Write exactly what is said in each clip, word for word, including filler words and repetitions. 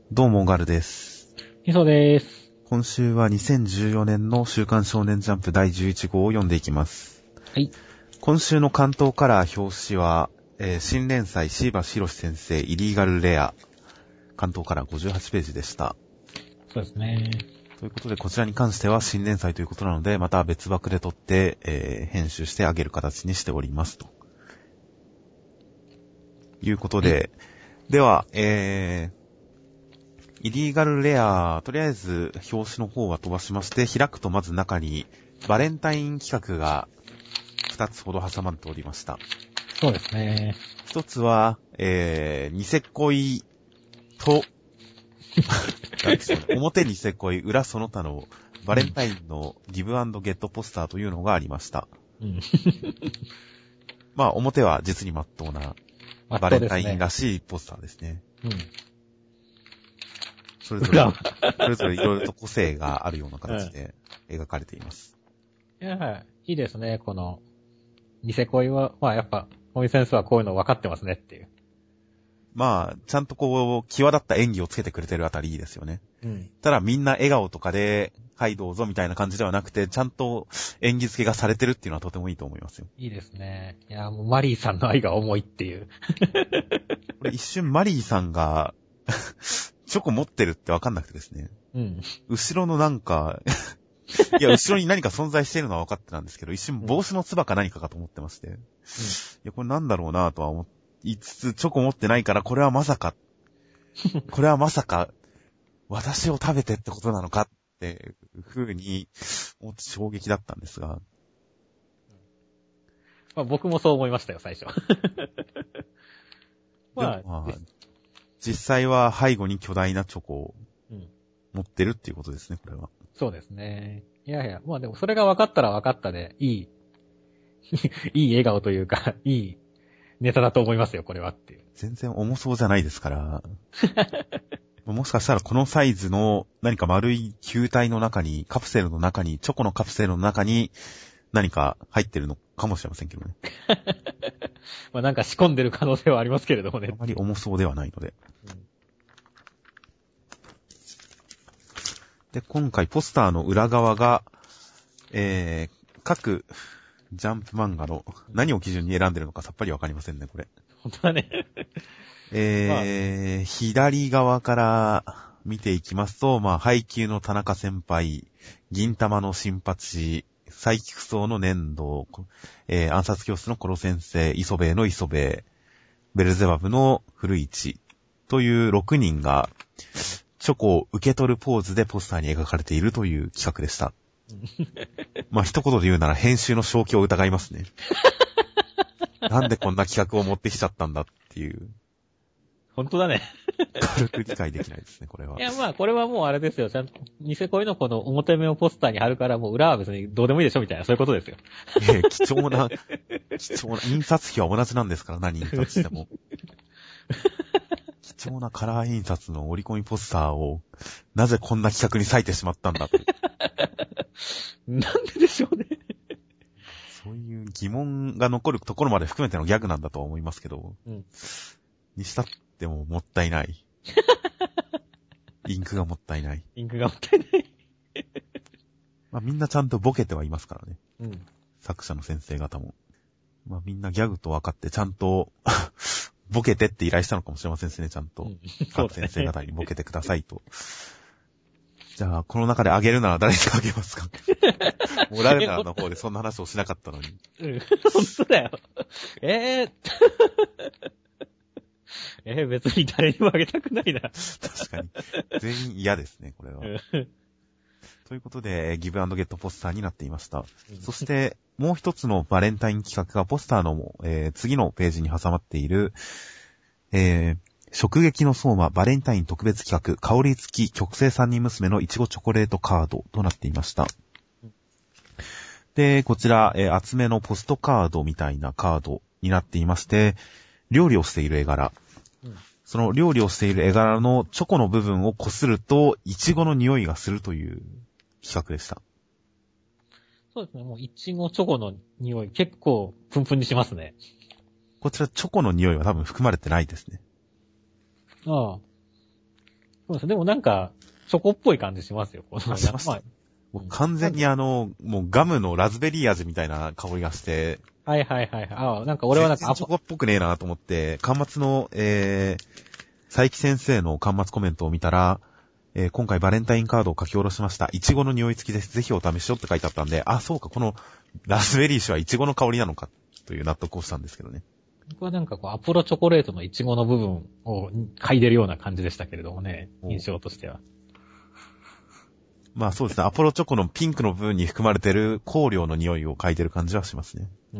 どうもガルです。 みそです。 今週はにせんじゅうよねんの週刊少年ジャンプだいじゅういち号を読んでいきます。 はい。 今週の関東カラー表紙は、えー、新連載椎橋博先生イリーガルレア。関東カラーごじゅうはちページでした。 そうですね。 ということでこちらに関しては新連載ということなので、また別枠で撮って、えー、編集してあげる形にしておりますと。いうことで、はい、では、えー、イリーガルレア、とりあえず表紙の方は飛ばしまして、開くとまず中にバレンタイン企画がふたつほど挟まっておりました。 そうですね。 一つは、えー、ニセ恋と、表ニセ恋、裏その他のバレンタインのギブアンドゲットポスターというのがありました。うん、まあ、表は実に真っ当なバレンタインらしいポスターですね。うん、それぞれ、それぞれいろいろと個性があるような形で描かれています。 うん、いや、いいですね、この、ニセ恋は、まあやっぱ、小見先生はこういうの分かってますねっていう。 まあ、ちゃんとこう、際立った演技をつけてくれてるあたりいいですよね。うん。ただみんな笑顔とかで、はいどうぞみたいな感じではなくて、ちゃんと演技付けがされてるっていうのはとてもいいと思いますよ。 いいですね。いや、もうマリーさんの愛が重いっていう。 これ一瞬マリーさんが、チョコ持ってるってわかんなくてですね。うん。後ろのなんか、いや、後ろに何か存在しているのは分かってたんですけど、一瞬帽子のつばか何かかと思ってまして。うん、いや、これなんだろうなとは思いつつ、チョコ持ってないから、これはまさか、これはまさか、私を食べてってことなのかっていう風に、思って衝撃だったんですが。 まあ、僕もそう思いましたよ、最初。 まあ、まあ、実際は背後に巨大なチョコを持ってるっていうことですね、これは。 そうですね。いやいや、まあでもそれが分かったら分かったで、いい、いい笑顔というか、いいネタだと思いますよ、これはっていう。 全然重そうじゃないですから。もしかしたらこのサイズの何か丸い球体の中に、カプセルの中に、チョコのカプセルの中に何か入ってるのかもしれませんけどね。 まあなんか仕込んでる可能性はありますけれどもね。 あまり重そうではないので。うん、で、今回ポスターの裏側が、えー、各ジャンプ漫画の何を基準に選んでるのかさっぱりわかりませんね、これ。 本当だね。 えー、まあ、左側から見ていきますと、まあ、配給の田中先輩、銀玉の新八、サイキクソウの粘土、えー、暗殺教室のコロ先生、磯部の磯部、ベルゼバブの古市というろくにんが、チョコを受け取るポーズでポスターに描かれているという企画でした。まあ、一言で言うなら編集の正気を疑いますね。なんでこんな企画を持ってきちゃったんだっていう。 本当だね。 軽く理解できないですね、これは。 いや、まあ、これはもうあれですよ。ちゃんと、ニセ恋のこの表目をポスターに貼るから、もう裏は別にどうでもいいでしょみたいな、そういうことですよ。 ええ、貴重な、貴重な、印刷費は同じなんですから、何印刷しても。貴重なカラー印刷の折り込みポスターを、なぜこんな企画に割いてしまったんだと。 なんででしょうね。 そういう疑問が残るところまで含めてのギャグなんだとは思いますけど、うん、にしたってももったいない。インクがもったいない。 インクがもったいない。 まあみんなちゃんとボケてはいますからね。うん、作者の先生方も。まあみんなギャグと分かってちゃんとボケてって依頼したのかもしれませんしね、ちゃんと。うん、各先生方にボケてくださいと。じゃあ、この中であげるなら誰にあげますか？もうラルナーの方でそんな話をしなかったのに。 うん、本当だよ。えー、えー、別に誰にもあげたくないな。 確かに。全員嫌ですね、これは。ということで、ギブアンドゲットポスターになっていました。うん、そして、もう一つのバレンタイン企画がポスターの、えー、次のページに挟まっている、えー、食撃の相馬バレンタイン特別企画香り付き極性三人娘のいちごチョコレートカードとなっていました。で、こちら、えー、厚めのポストカードみたいなカードになっていまして、料理をしている絵柄。うん、その料理をしている絵柄のチョコの部分をこすると、いちごの匂いがするという企画でした。 そうですね、もういちごチョコの匂い結構プンプンにしますね。 こちらチョコの匂いは多分含まれてないですね。 ああ。 そうです。でもなんか、チョコっぽい感じしますよ。このあしました。 まあもう完全にあの、もうガムのラズベリー味みたいな香りがして、 はいはいはい。ああ、なんか俺はなんか全然チョコっぽくねえなと思って、端末の、えー、佐伯先生の端末コメントを見たら、えー、今回バレンタインカードを書き下ろしました。イチゴの匂い付きです。ぜひお試しをって書いてあったんで、あ、そうか、このラズベリー酒はイチゴの香りなのか、という納得をしたんですけどね。 僕はなんかこう、アポロチョコレートのイチゴの部分を嗅いでるような感じでしたけれどもね、印象としては。 まあそうですね、アポロチョコのピンクの部分に含まれてる香料の匂いを嗅いでる感じはしますね。 うん。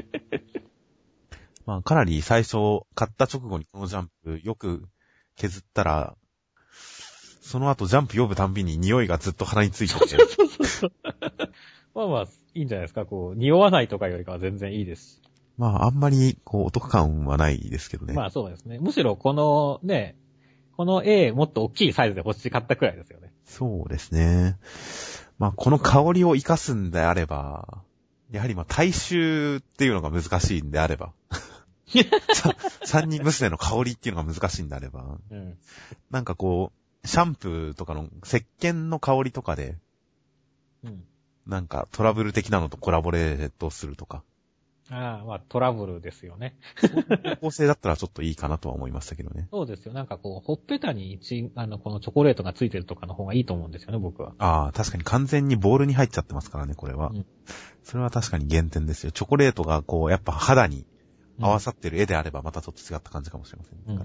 まあかなり最初、買った直後にこのジャンプよく削ったら、その後ジャンプ読むたんびに匂いがずっと鼻についてて。 そうそうそうそう。まあまあ、いいんじゃないですか。こう、匂わないとかよりかは全然いいです。 まああんまりこうお得感はないですけどね。 まあそうですね。むしろこのね、この A もっと大きいサイズで欲しかったくらいですよね。 そうですね。まあこの香りを活かすんであれば、やはりまあ大衆っていうのが難しいんであれば。三人娘の香りっていうのが難しいんであれば。 うん、 なんかこう、シャンプーとかの石鹸の香りとかで、 うん、 なんかトラブル的なのとコラボレートするとか。 ああ、まあトラブルですよね。 方向性だったらちょっといいかなとは思いましたけどね。 そうですよ。なんかこう、ほっぺたに一、あの、このチョコレートがついてるとかの方がいいと思うんですよね、僕は。 ああ、確かに完全にボールに入っちゃってますからね、これは。 うん、 それは確かに減点ですよ。チョコレートがこう、やっぱ肌に合わさってる絵であればまたちょっと違った感じかもしれません、ね。 うん、 だから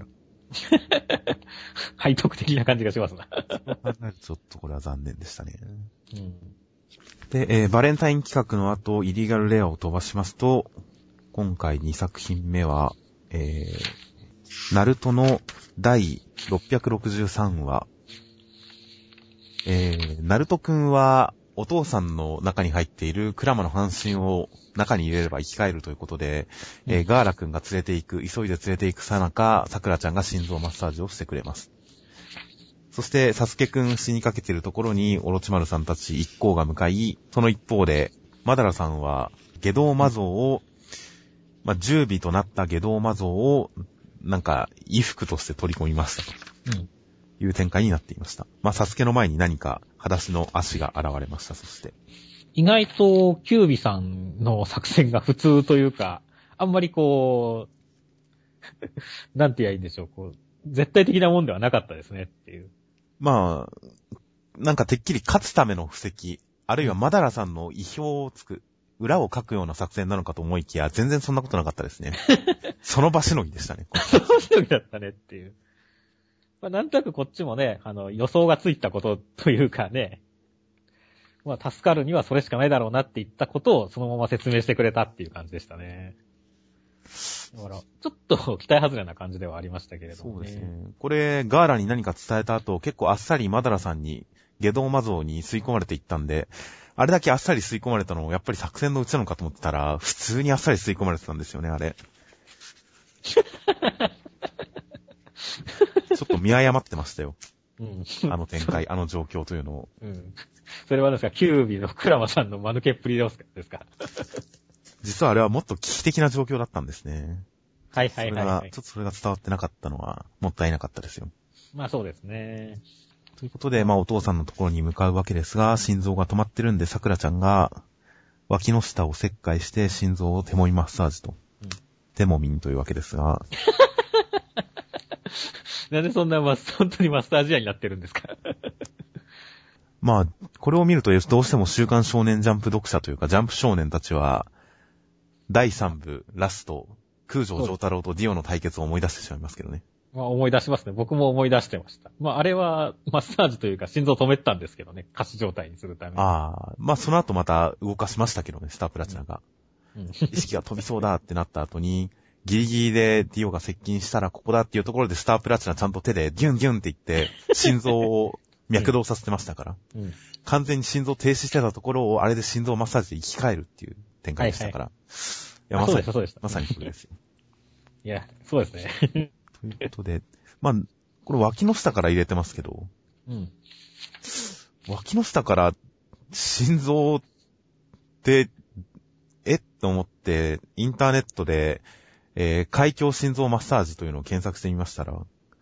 背徳的な感じがしますな。 ちょっとこれは残念でしたね。 うん、 で、えー、バレンタイン企画の後、イリーガルレアを飛ばしますと、今回にさく品目は、えー、ナルトの第ろっぴゃくろくじゅうさんわ。えー、ナルトくんは、お父さんの中に入っているクラマの半身を中に入れれば生き返るということで、うん、えー、ガーラくんが連れて行く、急いで連れて行くさなか、さくらちゃんが心臓マッサージをしてくれます。そして、サスケくん死にかけているところに、オロチマルさんたち一行が向かい、その一方で、マダラさんは、下道魔像を、まあ、十尾となった下道魔像を、なんか、衣服として取り込みましたと。うん。いう展開になっていました。まあ、サスケの前に何か、裸足の足が現れました、そして。 意外と、キュービさんの作戦が普通というか、あんまりこう、なんて言えばいいんでしょう、こう、絶対的なもんではなかったですねっていう。 まあ、なんかてっきり勝つための布石、あるいはマダラさんの意表をつく、裏を書くような作戦なのかと思いきや、全然そんなことなかったですね。その場しのぎでしたね。 その場しのぎだったねっていう。まあ、なんとなくこっちもね、あの、予想がついたことというかね、まあ、助かるにはそれしかないだろうなって言ったことをそのまま説明してくれたっていう感じでしたね。だから、ちょっと期待外れな感じではありましたけれどもね。 そうですね。これ、ガーラに何か伝えた後、結構あっさりマダラさんに、下道魔像に吸い込まれていったんで、あれだけあっさり吸い込まれたのを、やっぱり作戦のうちなのかと思ってたら、普通にあっさり吸い込まれてたんですよね、あれ。ちょっと見誤ってましたよ。うん、あの展開、あの状況というのを。 うん、それはですか、キュービのクラマさんの間抜けっぷりですか実はあれはもっと危機的な状況だったんですね。 はいはいはい、はい。 ちょっとそれが伝わってなかったのは、もったいなかったですよ。 まあそうですね。 ということで、まあお父さんのところに向かうわけですが、心臓が止まってるんで、桜ちゃんが、脇の下を切開して心臓を手もみマッサージと。うん、手もみんというわけですが。 なんでそんな、ま、本当にマッサージ屋になってるんですかまあ、これを見ると、どうしても週刊少年ジャンプ読者というか、ジャンプ少年たちは、だいさんぶ、ラスト、空城城太郎とディオの対決を思い出してしまいますけどね。 まあ思い出しますね。僕も思い出してました。まああれはマッサージというか心臓止めてたんですけどね。仮死状態にするために。 ああ、まあその後また動かしましたけどね、スタープラチナが。うん、意識が飛びそうだってなった後に、ギリギリでディオが接近したらここだっていうところでスタープラチナちゃんと手でギュンギュンって言って、心臓を脈動させてましたから。うんうん、完全に心臓停止してたところをあれで心臓マッサージで生き返るっていう展開でしたから。はいはい、いや、まさに、そうでした。まさにそれですよ。 いや、そうですね。 ということで、まあ、これ脇の下から入れてますけど、うん、脇の下から心臓って、えっと思って、インターネットで、えー、開胸心臓マッサージというのを検索してみましたら、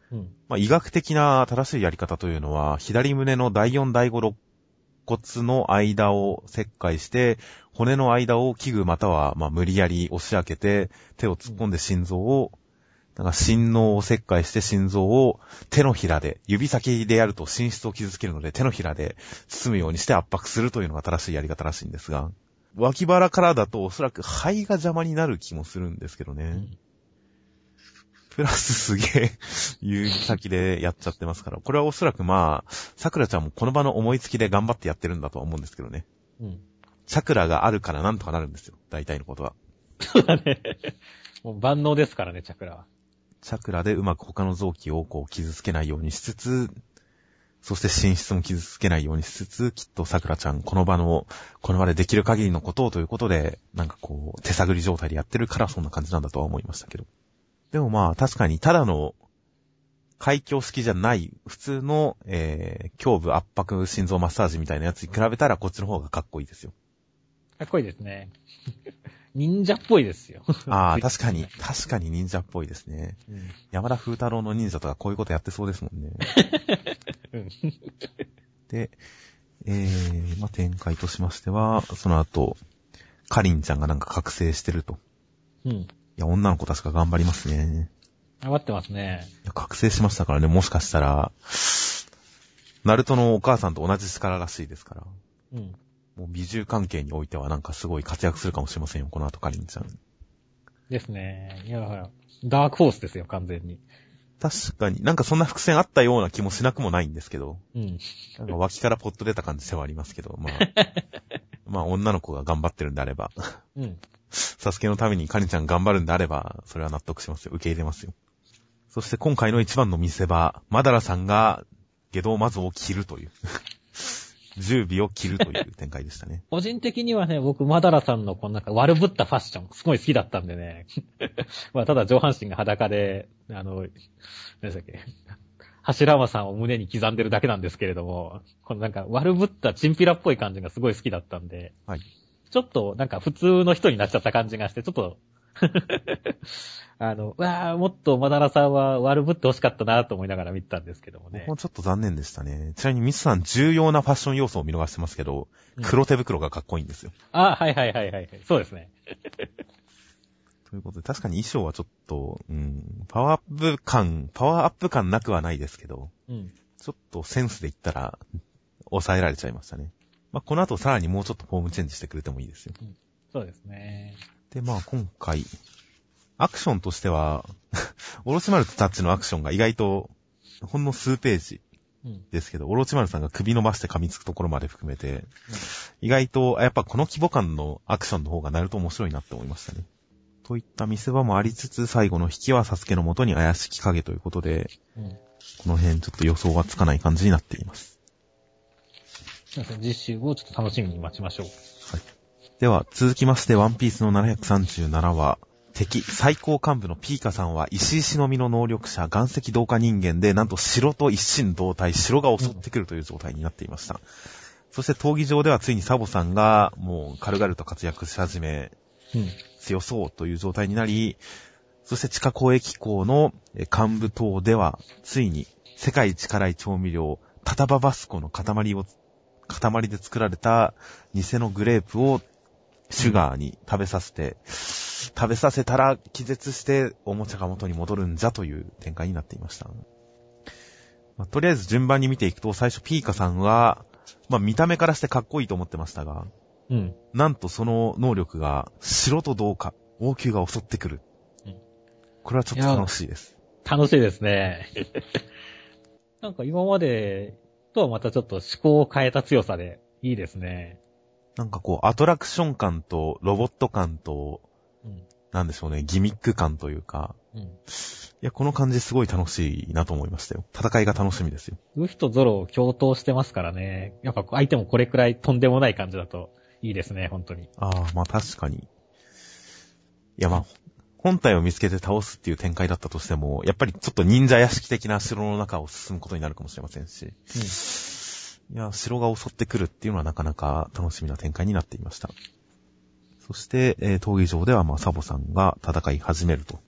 うん。 まあ、医学的な正しいやり方というのは、左胸のだいよん、だいご肋骨の間を切開して、骨の間を器具または、まあ、無理やり押し開けて、手を突っ込んで心臓を、なんか心嚢を切開して心臓を手のひらで、指先でやると心室を傷つけるので手のひらで包むようにして圧迫するというのが正しいやり方らしいんですが、脇腹からだとおそらく肺が邪魔になる気もするんですけどね。うん、プラスすげえ指先でやっちゃってますから、これはおそらくまあ、桜ちゃんもこの場の思いつきで頑張ってやってるんだとは思うんですけどね。うん。チャクラがあるからなんとかなるんですよ、大体のことは。 そうだね。もう万能ですからね、チャクラは。 チャクラでうまく他の臓器をこう傷つけないようにしつつ、そして心室も傷つけないようにしつつ、きっと桜ちゃん、この場の、この場でできる限りのことをということで、なんかこう、手探り状態でやってるからそんな感じなんだとは思いましたけど。でもまあ、確かにただの、開胸式じゃない、普通の、えー、胸部圧迫心臓マッサージみたいなやつに比べたら、こっちの方がかっこいいですよ。 かっこいいですね。忍者っぽいですよ。 ああ、確かに、確かに忍者っぽいですね。うん、山田風太郎の忍者とかこういうことやってそうですもんね。うん、で、えー、まあ、展開としましては、その後、かりんちゃんがなんか覚醒してると。うん。いや、女の子確か頑張りますね。 頑張ってますね。 いや、覚醒しましたからね、もしかしたら、ナルトのお母さんと同じ力らしいですから。うん。もう美獣関係においてはなんかすごい活躍するかもしれませんよ、この後かりんちゃん。 ですね。いや、ダークホースですよ、完全に。 確かに、なんかそんな伏線あったような気もしなくもないんですけど。うん。なんか脇からポッと出た感じではありますけど、まあ。まあ女の子が頑張ってるんであれば。うん。サスケのためにかりんちゃん頑張るんであれば、それは納得しますよ。受け入れますよ。そして今回の一番の見せ場、マダラさんが下道マゾを切るという。じゅうびを切るという展開でしたね。 個人的にはね、僕、マダラさんのこのなんか悪ぶったファッション、すごい好きだったんでね。まあ、ただ上半身が裸で、あの、何でしたっけ。柱山さんを胸に刻んでるだけなんですけれども、このなんか悪ぶったチンピラっぽい感じがすごい好きだったんで、はい。ちょっとなんか普通の人になっちゃった感じがして、ちょっと、あの、うわぁ、もっとマダラさんは悪ぶって欲しかったなと思いながら見てたんですけどもね。 僕もちょっと残念でしたね。ちなみにミスさん重要なファッション要素を見逃してますけど、うん、黒手袋がかっこいいんですよ。 あ、はいはいはいはい。そうですね。 ということで、確かに衣装はちょっと、うん、パワーアップ感、パワーアップ感なくはないですけど、うん、ちょっとセンスで言ったら、抑えられちゃいましたね。まあ、この後さらにもうちょっとフォームチェンジしてくれてもいいですよ。うん、 そうですね。 で、まあ今回、アクションとしては、オロチマルたちのアクションが意外と、ほんの数ページですけど、うん、オロチマルさんが首伸ばして噛みつくところまで含めて、うん、意外と、やっぱこの規模感のアクションの方がなると面白いなって思いましたね。といった見せ場もありつつ、最後の引きはサスケの元に怪しき影ということで、うん、この辺ちょっと予想がつかない感じになっています。 次週をちょっと楽しみに待ちましょう。 はい。では、続きまして、ワンピースのななひゃくさんじゅうなな話、敵、最高幹部のピーカさんは石井しのみの能力者、岩石同化人間で、なんと城と一心同体、城が襲ってくるという状態になっていました。うん、そして闘技場ではついにサボさんが、もう軽々と活躍し始め、うん、強そうという状態になり、そして地下交易港の幹部等では、ついに世界一辛い調味料、タタババスコの塊を、塊で作られた偽のグレープをシュガーに食べさせて、うん、食べさせたら気絶しておもちゃが元に戻るんじゃという展開になっていました。まあ、とりあえず順番に見ていくと、最初ピーカさんは、まあ見た目からしてかっこいいと思ってましたが、うん、なんとその能力が城と同化、王宮が襲ってくる。うん、これはちょっと楽しいです。 楽しいですね。なんか今までとはまたちょっと思考を変えた強さでいいですね。 なんかこうアトラクション感とロボット感と、うん、なんでしょうね、ギミック感というか、うん、いや、この感じすごい楽しいなと思いましたよ。戦いが楽しみですよ。 ルフとゾロを共闘してますからね。やっぱ相手もこれくらいとんでもない感じだといいですね、本当に。 ああ、まあ確かに。いや、まあ、本体を見つけて倒すっていう展開だったとしても、やっぱりちょっと忍者屋敷的な城の中を進むことになるかもしれませんし、うん、いや、城が襲ってくるっていうのはなかなか楽しみな展開になっていました。そして、えー、闘技場では、まあ、サボさんが戦い始めると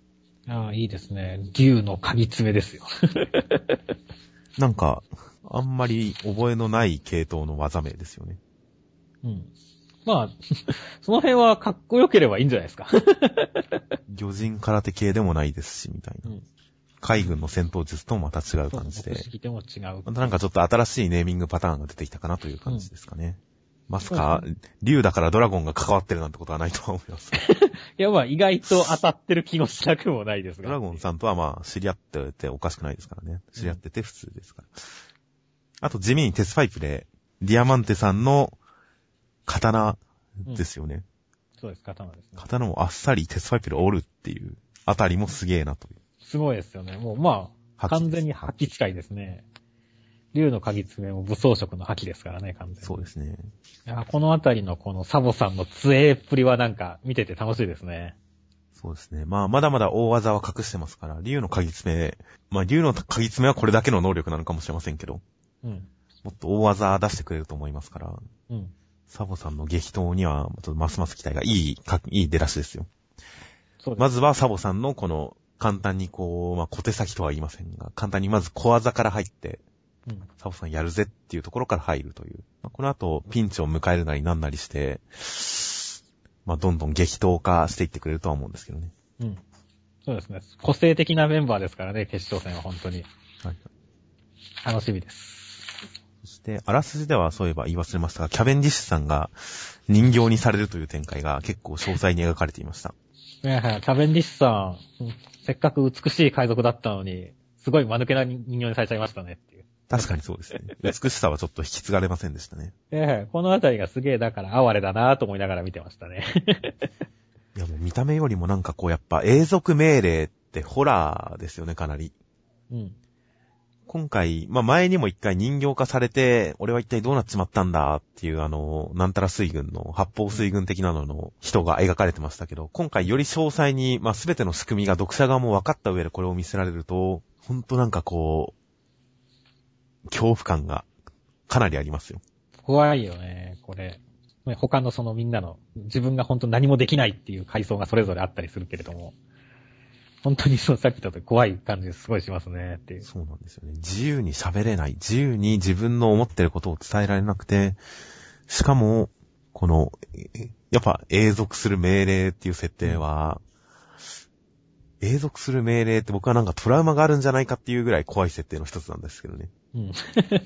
ああ、いいですね。竜の鍵爪ですよ。 なんか、あんまり覚えのない系統の技名ですよね。 うん。まあ、その辺はかっこよければいいんじゃないですか。 魚人空手系でもないですし、みたいな。うん、海軍の戦闘術ともまた違う感じで。 そうでも違う。 またなんかちょっと新しいネーミングパターンが出てきたかなという感じですかね。うん、まさか、竜だからドラゴンが関わってるなんてことはないとは思います。 いや、まあ意外と当たってる気もしなくもないですが。 ドラゴンさんとはまあ知り合ってておかしくないですからね。知り合ってて普通ですから。うん、あと地味に鉄パイプで、ディアマンテさんの刀ですよね。 うん、そうです、刀ですね。 刀もあっさり鉄パイプで折るっていうあたりもすげえなという。 すごいですよね。もうまあ、完全に覇気近いですね。竜の鍵爪も武装色の覇気ですからね、完全に。 そうですね。 いや、このあたりのこのサボさんの杖っぷりはなんか見てて楽しいですね。 そうですね。まあ、まだまだ大技は隠してますから、竜の鍵爪、まあ、竜の鍵爪はこれだけの能力なのかもしれませんけど、うん。もっと大技出してくれると思いますから、うん。サボさんの激闘には、ちょっとますます期待がいい、いい出だしですよ。そうです。まずはサボさんのこの、簡単にこう、まあ、小手先とは言いませんが、簡単にまず小技から入って、うん、サボさんやるぜっていうところから入るという。まあ、この後、ピンチを迎えるなりなんなりして、まあ、どんどん激闘化していってくれるとは思うんですけどね。 うん。そうですね。個性的なメンバーですからね、決勝戦は本当に。はい。楽しみです。 そして、あらすじではそういえば言い忘れましたが、キャベンディッシュさんが人形にされるという展開が結構詳細に描かれていました。 いやいや、キャベンディッシュさん、せっかく美しい海賊だったのに、すごい間抜けな人形にされちゃいましたねっていう。 確かにそうですね。美しさはちょっと引き継がれませんでしたね。 ええ、このあたりがすげえだから哀れだなぁと思いながら見てましたね。 いやもう見た目よりもなんかこうやっぱ永続命令ってホラーですよね、かなり。うん。今回、まあ前にも一回人形化されて、俺は一体どうなっちまったんだっていうあの、なんたら水軍の、八方水軍的なのの人が描かれてましたけど、今回より詳細に、まあ全ての仕組みが読者側も分かった上でこれを見せられると、ほんとなんかこう、恐怖感がかなりありますよ。 怖いよね、これ。他のそのみんなの、自分が本当何もできないっていう階層がそれぞれあったりするけれども、本当にそうさっき言ったと怖い感じすごいしますねっていう。 そうなんですよね。自由に喋れない。自由に自分の思ってることを伝えられなくて、しかも、この、やっぱ永続する命令っていう設定は、うん、永続する命令って僕はなんかトラウマがあるんじゃないかっていうぐらい怖い設定の一つなんですけどね。うん。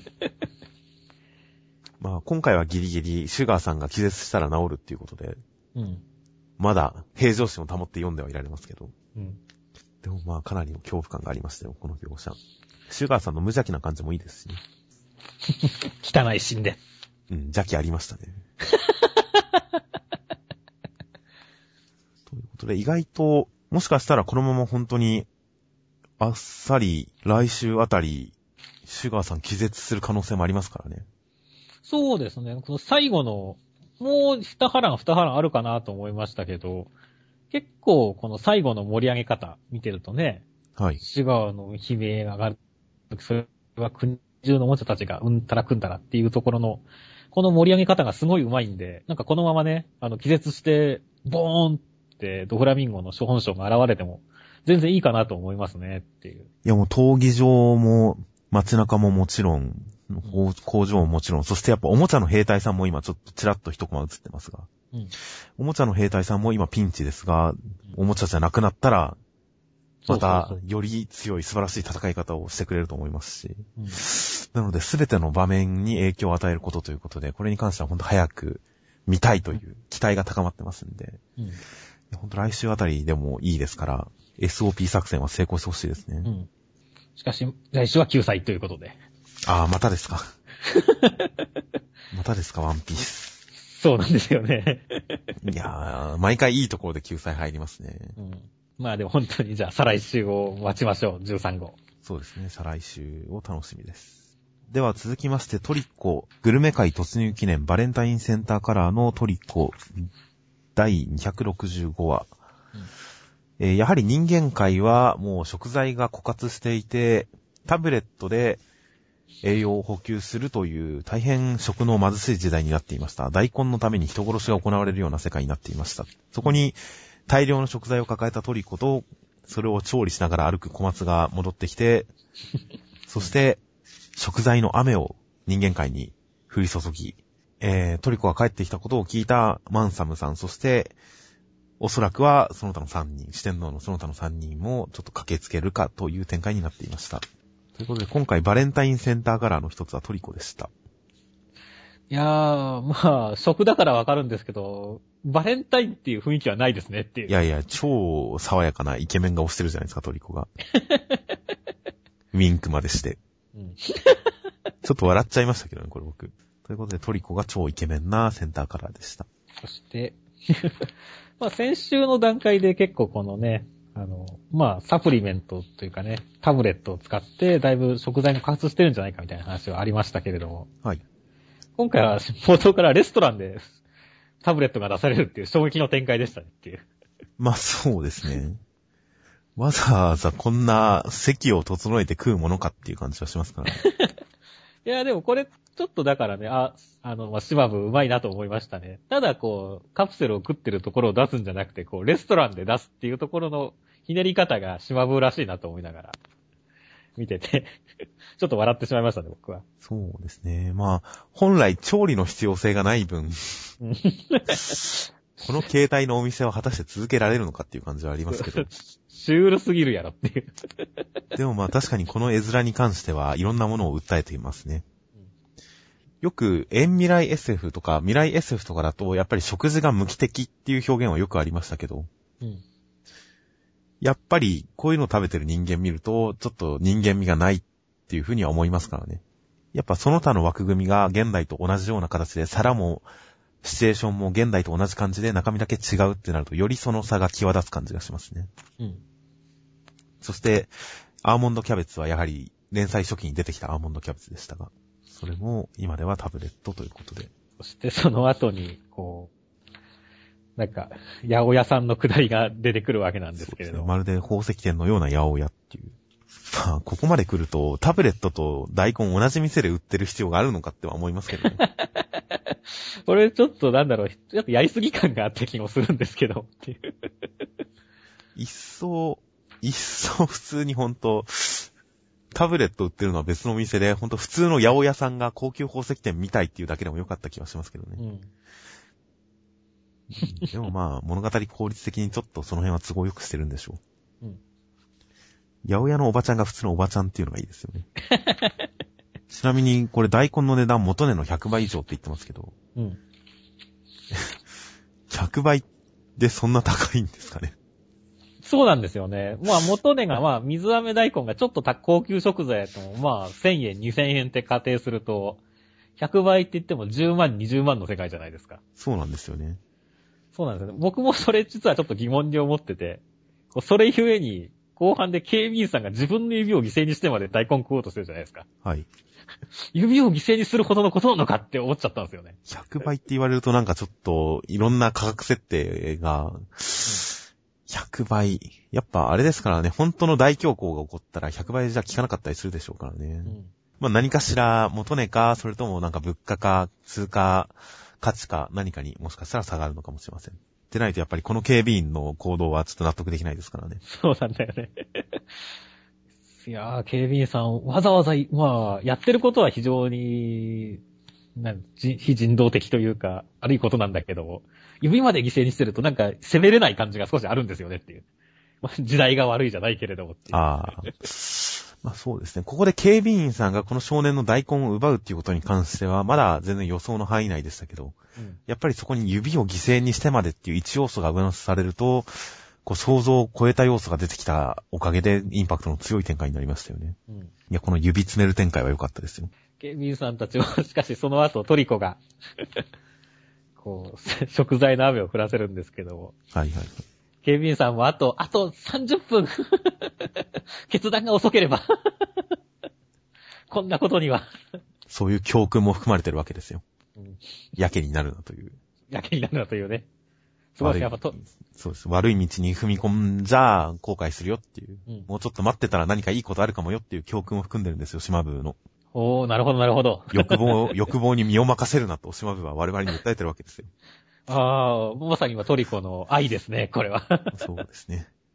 まあ今回はギリギリシュガーさんが気絶したら治るっていうことで、うん、まだ平常心を保って読んではいられますけど、うん、でもまあかなりの恐怖感がありましたよ、この描写。シュガーさんの無邪気な感じもいいですしね。 汚いシーンで。 うん、邪気ありましたね。ということで意外と、もしかしたらこのまま本当に、あっさり来週あたり、シュガーさん気絶する可能性もありますからね。 そうですね。この最後の、もう二波乱二波乱あるかなと思いましたけど、結構この最後の盛り上げ方見てるとね、はい。シュガーの悲鳴が上がるとき、それは国中のおもちゃたちがうんたらくんたらっていうところの、この盛り上げ方がすごい上手いんで、なんかこのままね、あの気絶して、ボーンってドフラミンゴの諸本性が現れても、全然いいかなと思いますねっていう。 いやもう闘技場も街中ももちろん、工場ももちろん、そしてやっぱおもちゃの兵隊さんも今ちょっとちらっと一コマ映ってますが、うん、おもちゃの兵隊さんも今ピンチですが、おもちゃじゃなくなったら、またより強い素晴らしい戦い方をしてくれると思いますし、うん、なので全ての場面に影響を与えることということで、これに関しては本当早く見たいという期待が高まってますんで、うん、本当来週あたりでもいいですから、エスオーピー 作戦は成功してほしいですね。うん、 しかし、来週は救済ということで。 ああ、またですか。またですか、ワンピース。 そうなんですよね。 いやー、毎回いいところで救済入りますね。 うん、まあでも本当にじゃあ再来週を待ちましょう、じゅうさん号。 そうですね、再来週を楽しみです。では続きましてトリッコ、グルメ会突入記念バレンタインセンターカラーのトリッコだいにひゃくろくじゅうごわ。うん、えー、やはり人間界はもう食材が枯渇していて、タブレットで栄養を補給するという大変食の貧しい時代になっていました。大根のために人殺しが行われるような世界になっていました。そこに大量の食材を抱えたトリコとそれを調理しながら歩く小松が戻ってきて、そして、食材の雨を人間界に降り注ぎ、えー、トリコが帰ってきたことを聞いたマンサムさん、そして、おそらくはその他のさんにん、四天王のその他のさんにんもちょっと駆けつけるかという展開になっていました。ということで、今回バレンタインセンターカラーの一つはトリコでした。 いやー、まあ、食だからわかるんですけど、バレンタインっていう雰囲気はないですねっていう。 いやいや、超爽やかなイケメンが押してるじゃないですか、トリコが。ウィンクまでして。うん、ちょっと笑っちゃいましたけどね、これ僕。ということで、トリコが超イケメンなセンターカラーでした。 そして、まあ先週の段階で結構このね、あの、まあサプリメントというかね、タブレットを使ってだいぶ食材も開発してるんじゃないかみたいな話はありましたけれども。 はい。 今回は冒頭からレストランでタブレットが出されるっていう衝撃の展開でしたねっていう。 まあそうですね。わざわざこんな席を整えて食うものかっていう感じはしますからね。 いや、でもこれ、ちょっとだからね、あ、あの、まあ、シマブうまいなと思いましたね。ただこう、カプセルを食ってるところを出すんじゃなくて、こう、レストランで出すっていうところのひねり方がシマブらしいなと思いながら、見てて、ちょっと笑ってしまいましたね、僕は。 そうですね。まあ、本来調理の必要性がない分、この形態のお店は果たして続けられるのかっていう感じはありますけど。 シュールすぎるやろっていう。 でもまあ確かにこの絵面に関してはいろんなものを訴えていますね。よく、遠未来 エスエフ とか未来 エスエフ とかだと、やっぱり食事が無機的っていう表現はよくありましたけど、うん、やっぱりこういうのを食べてる人間見ると、ちょっと人間味がないっていうふうには思いますからね。やっぱその他の枠組みが現代と同じような形で皿も、シチュエーションも現代と同じ感じで中身だけ違うってなると、よりその差が際立つ感じがしますね。うん。そして、アーモンドキャベツはやはり連載初期に出てきたアーモンドキャベツでしたが、それも今ではタブレットということで。 そしてその後に、こう、なんか、八百屋さんの下りが出てくるわけなんですけれども。 ね、まるで宝石店のような八百屋っていう。まあ、ここまで来ると、タブレットと大根同じ店で売ってる必要があるのかっては思いますけどね。 これちょっとなんだろう、ちょっとやりすぎ感があった気もするんですけど、っていう。 一層、一層普通にほんと、タブレット売ってるのは別のお店で、ほんと普通の八百屋さんが高級宝石店見たいっていうだけでもよかった気はしますけどね。うん、でもまあ、物語効率的にちょっとその辺は都合よくしてるんでしょう。うん、八百屋のおばちゃんが普通のおばちゃんっていうのがいいですよね。ちなみに、これ大根の値段元値のひゃくばい以上って言ってますけど。うん。ひゃくばいでそんな高いんですかね。 そうなんですよね。まあ元値がまあ水飴大根がちょっと高級食材やともまあせんえん、にせんえんって仮定すると、ひゃくばいって言ってもじゅうまん、にじゅうまんの世界じゃないですか。 そうなんですよね。 そうなんですよね。僕もそれ実はちょっと疑問に思ってて、それゆえに後半で警備員さんが自分の指を犠牲にしてまで大根食おうとしてるじゃないですか。はい。指を犠牲にするほどのことなのかって思っちゃったんですよね。 ひゃくばいって言われるとなんかちょっといろんな価格設定が、うん、ひゃくばい。やっぱあれですからね、本当の大恐慌が起こったらひゃくばいじゃ効かなかったりするでしょうからね。うん、まあ何かしら元値か、それともなんか物価か、通貨、価値か何かにもしかしたら下がるのかもしれません。でないとやっぱりこの警備員の行動はちょっと納得できないですからね。 そうなんだよね。いやー、警備員さん、わざわざ、まあ、やってることは非常に、なん非人道的というか、悪いことなんだけど、指まで犠牲にしてるとなんか攻めれない感じが少しあるんですよねっていう。まあ、時代が悪いじゃないけれどもっていう。 ああ。まあそうですね。ここで警備員さんがこの少年の大根を奪うっていうことに関しては、まだ全然予想の範囲内でしたけど、うん、やっぱりそこに指を犠牲にしてまでっていう一要素が上乗せされると、こう想像を超えた要素が出てきたおかげでインパクトの強い展開になりましたよね。うん、いや、この指詰める展開は良かったですよ。 警備員さんたちは、しかしその後トリコが、こう、食材の雨を降らせるんですけども。はいはい。警備員さんもあと、あとさんじゅっぷん決断が遅ければこんなことにはそういう教訓も含まれてるわけですよ。うん、やけになるなという。 やけになるなというね。すごいやっぱと。 そうです。悪い道に踏み込んじゃ後悔するよっていう、うん。もうちょっと待ってたら何かいいことあるかもよっていう教訓を含んでるんですよ、島部の。 おー、なるほどなるほど。 欲望、欲望に身を任せるなと島部は我々に訴えてるわけですよ。 ああ、まさに今トリコの愛ですね、これは。 そうですね。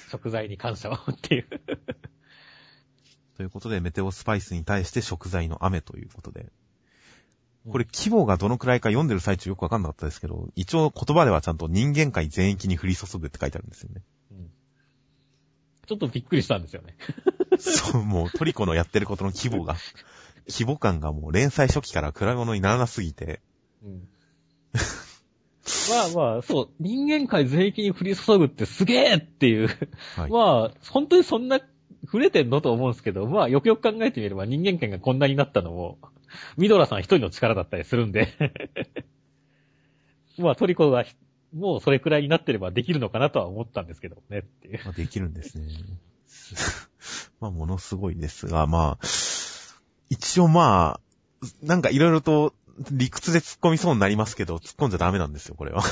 食材に感謝をっていう。 ということで、メテオスパイスに対して食材の雨ということで。これ規模がどのくらいか読んでる最中よくわかんなかったですけど、一応言葉ではちゃんと人間界全域に降り注ぐって書いてあるんですよね。 うん、ちょっとびっくりしたんですよね。 そう、もうトリコのやってることの規模が、規模感がもう連載初期から比べ物にならなすぎて。うん、 まあまあ、そう、人間界全域に降り注ぐってすげーっていう。はい、まあ、本当にそんな触れてんのと思うんですけど、まあよくよく考えてみれば人間界がこんなになったのも、ミドラさん一人の力だったりするんで。まあトリコがもうそれくらいになってればできるのかなとは思ったんですけどねっていう。 まあ、できるんですね。まあものすごいですが、まあ、一応まあ、なんかいろいろと理屈で突っ込みそうになりますけど、突っ込んじゃダメなんですよ、これは。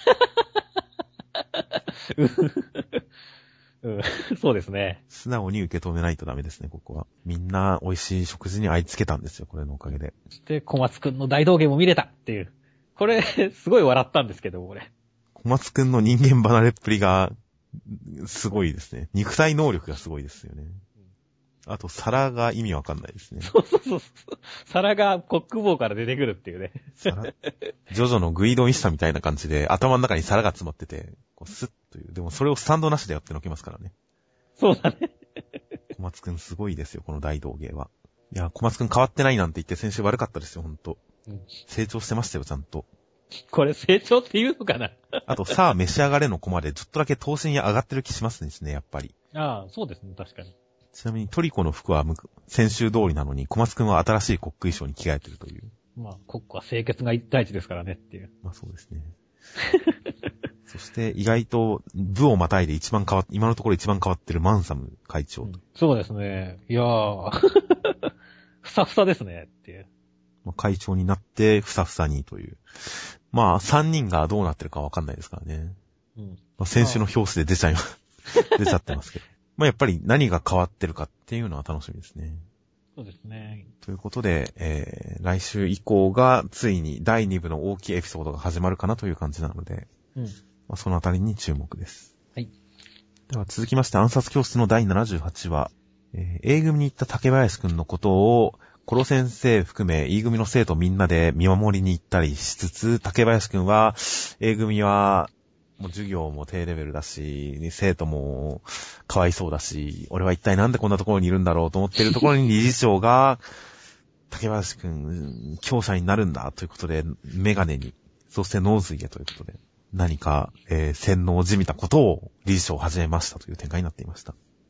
うん、そうですね。 素直に受け止めないとダメですね、ここは。みんな美味しい食事にあいつけたんですよ、これのおかげで。 そして、小松くんの大道芸も見れたっていう。これ、すごい笑ったんですけど、俺。 小松くんの人間離れっぷりが、すごいですね。肉体能力がすごいですよね。あと、皿が意味わかんないですね。 そうそうそう。皿がコック棒から出てくるっていうね。 皿ジョジョのグイドミスタみたいな感じで、頭の中に皿が詰まってて、こうスッという。でもそれをスタンドなしでやってのけますからね。 そうだね。 小松くんすごいですよ、この大道芸は。いや、小松くん変わってないなんて言って先週悪かったですよ、ほんと。うん、成長してましたよ、ちゃんと。 これ成長って言うのかなあと、さあ召し上がれのコマでちょっとだけ頭身に上がってる気しますね、やっぱり。 ああ、そうですね、確かに。 ちなみにトリコの服は先週通りなのに、小松くんは新しいコック衣装に着替えてるという。 まあ、コックは清潔が第一ですからねっていう。 まあそうですね。そして意外と部をまたいで一番変わっ、今のところ一番変わってるマンサム会長と、うん。 そうですね。いやー。ふさふさですねっていう。 まあ、会長になってふさふさにという。まあ三人がどうなってるかわかんないですからね。うん、まあ、先週の表紙で出ちゃいます。出ちゃってますけど。まあやっぱり何が変わってるかっていうのは楽しみですね。 そうですね。 ということで、えー、来週以降がついにだいに部の大きいエピソードが始まるかなという感じなので、うんまあ、そのあたりに注目です。はい。では続きまして暗殺教室のだいななじゅうはちわ、えー、A 組に行った竹林くんのことをコロ先生含め E 組の生徒みんなで見守りに行ったりしつつ、竹林くんは A 組はもう授業も低レベルだし、生徒もかわいそうだし、俺は一体なんでこんなところにいるんだろうと思っているところに理事長が、竹林くん、強者になるんだということで、メガネに、そして脳髄へということで、何か、えー、洗脳じみたことを理事長を始めましたという展開になっていました。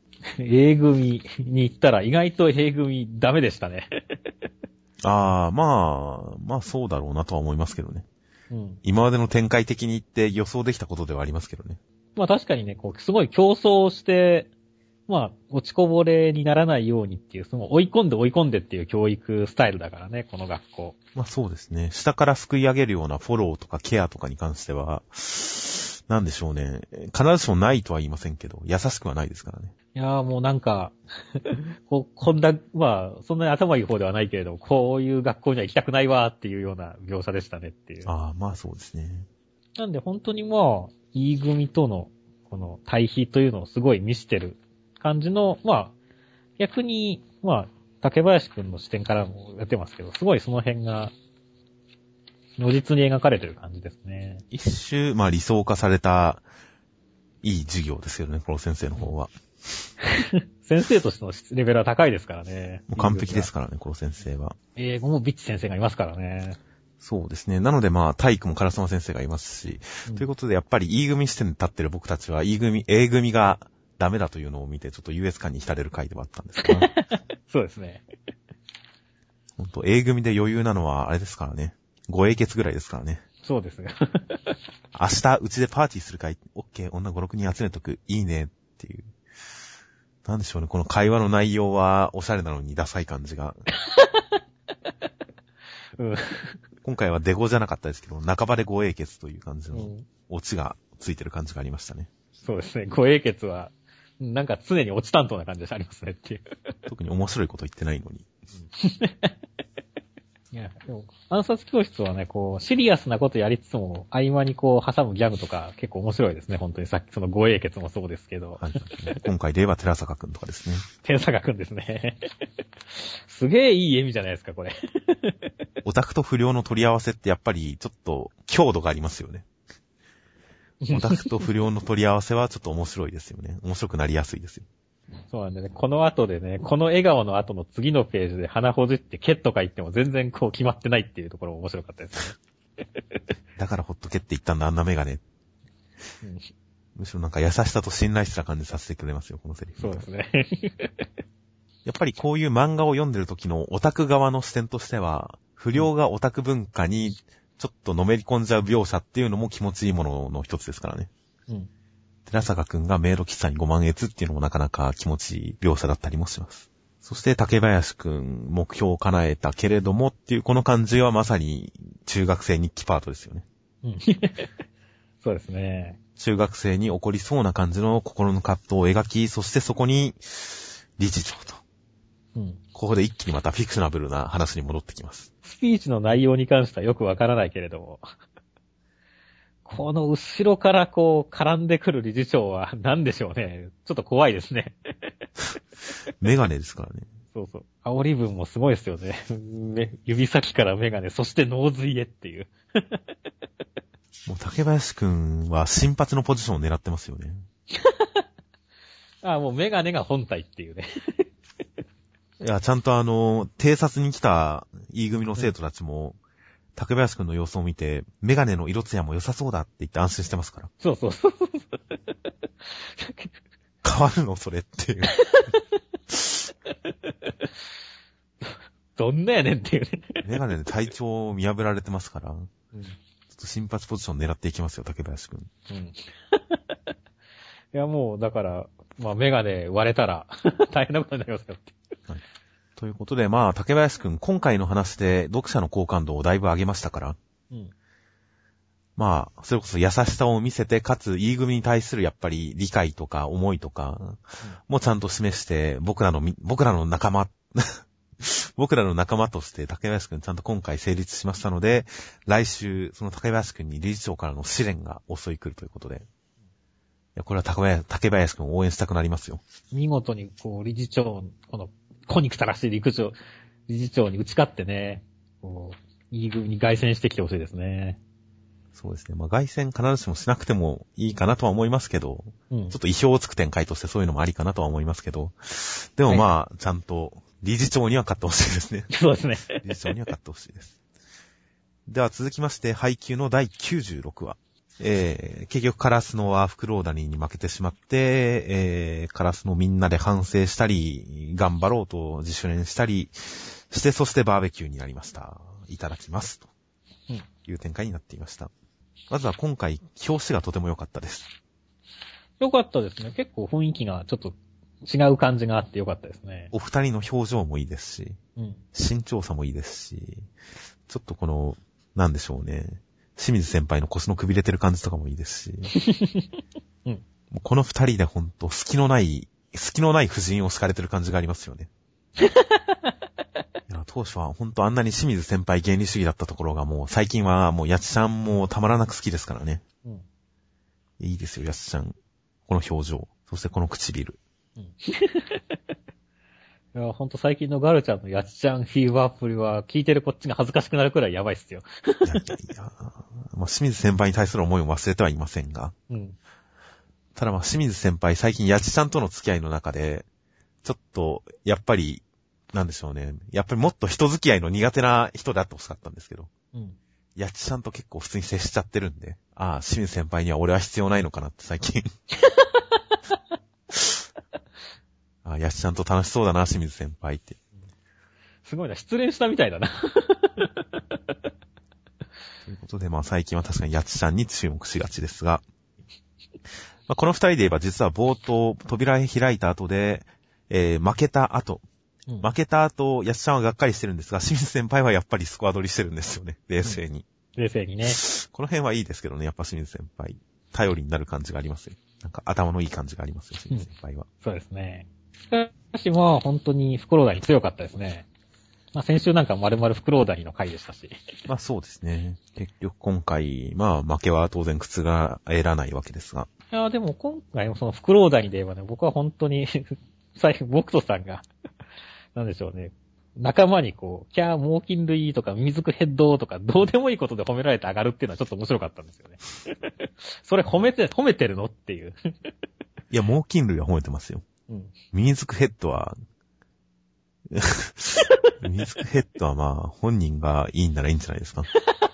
A 組に行ったら意外と A 組ダメでしたね。 ああ、まあ、まあそうだろうなとは思いますけどね。うん、今までの展開的に言って予想できたことではありますけどね。 まあ確かにね、こう、すごい競争して、まあ、落ちこぼれにならないようにっていう、その追い込んで追い込んでっていう教育スタイルだからね、この学校。 まあそうですね。下からすくい上げるようなフォローとかケアとかに関しては、なんでしょうね。必ずしもないとは言いませんけど、優しくはないですからね。 いやーもうなんか、こ, こんな、まあ、そんなに頭いい方ではないけれども、こういう学校には行きたくないわーっていうような描写でしたねっていう。 ああ、まあそうですね。 なんで本当にまあ、E 組との、この対比というのをすごい見せてる感じの、まあ、逆に、まあ、竹林くんの視点からもやってますけど、すごいその辺が、如実に描かれてる感じですね。 一種、まあ理想化された、いい授業ですよね、この先生の方は。 先生としてのレベルは高いですからね。 もう完璧ですからね、この先生は。 英語もビッチ先生がいますからね。 そうですね。なのでまあ、体育も唐沢先生がいますし、うん、ということでやっぱり E 組視点で立ってる僕たちは E 組、A 組がダメだというのを見てちょっと優越感に浸れる回ではあったんですが。 そうですね。 本当 A 組で余裕なのはあれですからね。ご英傑ぐらいですからね。 そうですね。 明日うちでパーティーするかい ?OK、女ご、ろくにん集めとく。いいねっていう。なんでしょうね。この会話の内容はおしゃれなのにダサい感じが。うん、今回はデゴじゃなかったですけど、半ばでご英傑という感じのオチがついてる感じがありましたね。 そうですね。ご英傑は、なんか常にオチ担当な感じでありますねっていう。 特に面白いこと言ってないのに。 いや、 でも暗殺教室はね、こう、シリアスなことやりつつも、合間にこう、挟むギャグとか結構面白いですね、本当に。さっきその護衛決もそうですけど。 はい、今回で言えば寺坂くんとかですね。 寺坂くんですね。すげえいい笑みじゃないですか、これ。 オタクと不良の取り合わせってやっぱりちょっと強度がありますよね。オタクと不良の取り合わせはちょっと面白いですよね。面白くなりやすいですよ。 そうなんでね、この後でね、この笑顔の後の次のページで鼻ほじってケッとか言っても全然こう決まってないっていうところも面白かったですね。 だからほっとけって言ったんだ、あんなメガネ。うん、むしろなんか優しさと信頼した感じさせてくれますよ、このセリフ。 そうですね。 やっぱりこういう漫画を読んでる時のオタク側の視点としては、不良がオタク文化にちょっとのめり込んじゃう描写っていうのも気持ちいいものの一つですからね。うん。寺坂くんがメイド喫茶にごまん越っていうのもなかなか気持ちいい描写だったりもします。そして竹林くん目標を叶えたけれどもっていうこの感じはまさに中学生日記パートですよね。うん。 そうですね。 中学生に起こりそうな感じの心の葛藤を描き、そしてそこに理事長と。うん。ここで一気にまたフィクショナブルな話に戻ってきます。 スピーチの内容に関してはよくわからないけれども。この後ろからこう絡んでくる理事長は何でしょうね。ちょっと怖いですね。 メガネですからね。 そうそう。煽り文もすごいですよね。指先からメガネ、そして脳髄へっていう。 もう竹林くんは新髪のポジションを狙ってますよね。 ああ、もうメガネが本体っていうね。 いや、ちゃんとあの、偵察に来た E 組の生徒たちも、うん、竹林くんの様子を見て、メガネの色艶も良さそうだって言って安心してますから。 そうそうそう。 変わるのそれっていう。 どんなやねんっていうね。 メガネで体調を見破られてますから、うん、ちょっと新髪ポジション狙っていきますよ、竹林くん。うん。いや、もう、だから、まあ、メガネ割れたら、大変なことになりますよって。 はい。ということで、まあ、竹林くん、今回の話で読者の好感度をだいぶ上げましたから、うん、まあ、それこそ優しさを見せて、かつ E 組に対するやっぱり理解とか思いとか、もちゃんと示して、僕らの、僕らの仲間、僕らの仲間として竹林くんちゃんと今回成立しましたので、来週、その竹林くんに理事長からの試練が襲い来るということで、いや、これは竹林、竹林くんを応援したくなりますよ。 見事に、こう、理事長、この、小憎たらしい陸上、理事長に打ち勝ってね、こう、E組に凱旋してきてほしいですね。 そうですね。まあ、凱旋必ずしもしなくてもいいかなとは思いますけど、うん、ちょっと意表をつく展開としてそういうのもありかなとは思いますけど、でもまあ、はい、ちゃんと理事長には勝ってほしいですね。 そうですね。 理事長には勝ってほしいです。では続きまして、配給のだいきゅうじゅうろくわ。えー、結局カラスノはフクロウダニに負けてしまって、えー、カラスノみんなで反省したり、頑張ろうと自主練したりして、そしてバーベキューになりました。いただきます。という展開になっていました。まずは今回、表紙がとても良かったです。 良かったですね。結構雰囲気がちょっと違う感じがあって良かったですね。 お二人の表情もいいですし、うん、身長差もいいですし、ちょっとこの、なんでしょうね。清水先輩の腰のくびれてる感じとかもいいですし、うん、もうこの二人でほんと隙のない、隙のない夫人を敷かれてる感じがありますよね。いや当初はほんとあんなに清水先輩原理主義だったところがもう最近はもうやちちゃんもたまらなく好きですからね。うん、いいですよ、やちちゃん。この表情。そしてこの唇。うん、いや、ほんと最近のガルちゃんのやちちゃんフィーバーっぷりは聞いてるこっちが恥ずかしくなるくらいやばいっすよ。いやいやいや、まあ、清水先輩に対する思いを忘れてはいませんが。うん、ただまあ清水先輩最近やちちゃんとの付き合いの中で、ちょっと、やっぱり、なんでしょうね。やっぱりもっと人付き合いの苦手な人であってほしかったんですけど。うん。やちちゃんと結構普通に接しちゃってるんで、ああ、清水先輩には俺は必要ないのかなって最近。ああ、やちちゃんと楽しそうだな、清水先輩って。 すごいな、失恋したみたいだな。 ということで、まあ最近は確かにやちちゃんに注目しがちですが、まあ、この二人で言えば実は冒頭、扉へ開いた後で、えー、負けた後、うん、負けた後、やちちゃんはがっかりしてるんですが、清水先輩はやっぱりスコア取りしてるんですよね。冷静に。 うん、冷静にね。 この辺はいいですけどね、やっぱ清水先輩。頼りになる感じがありますよ。なんか頭のいい感じがありますよ、清水先輩は。 うん、そうですね。しかしまあ本当にフクロウダニ強かったですね。 まあ先週なんか丸々フクロウダニの回でしたし。 まあそうですね。結局今回、まあ負けは当然覆らないわけですが。 いやでも今回もそのフクロウダニで言えばね、僕は本当に、最後、ボクトさんが、なんでしょうね。仲間にこう、キャー、猛禽類とか、ミミズクヘッドとか、どうでもいいことで褒められて上がるっていうのはちょっと面白かったんですよね。それ褒めて、褒めてるのっていう。 いや、猛禽類は褒めてますよ。うん。ミミズクヘッドは、ミミズクヘッドはまあ、本人がいいんならいいんじゃないですか。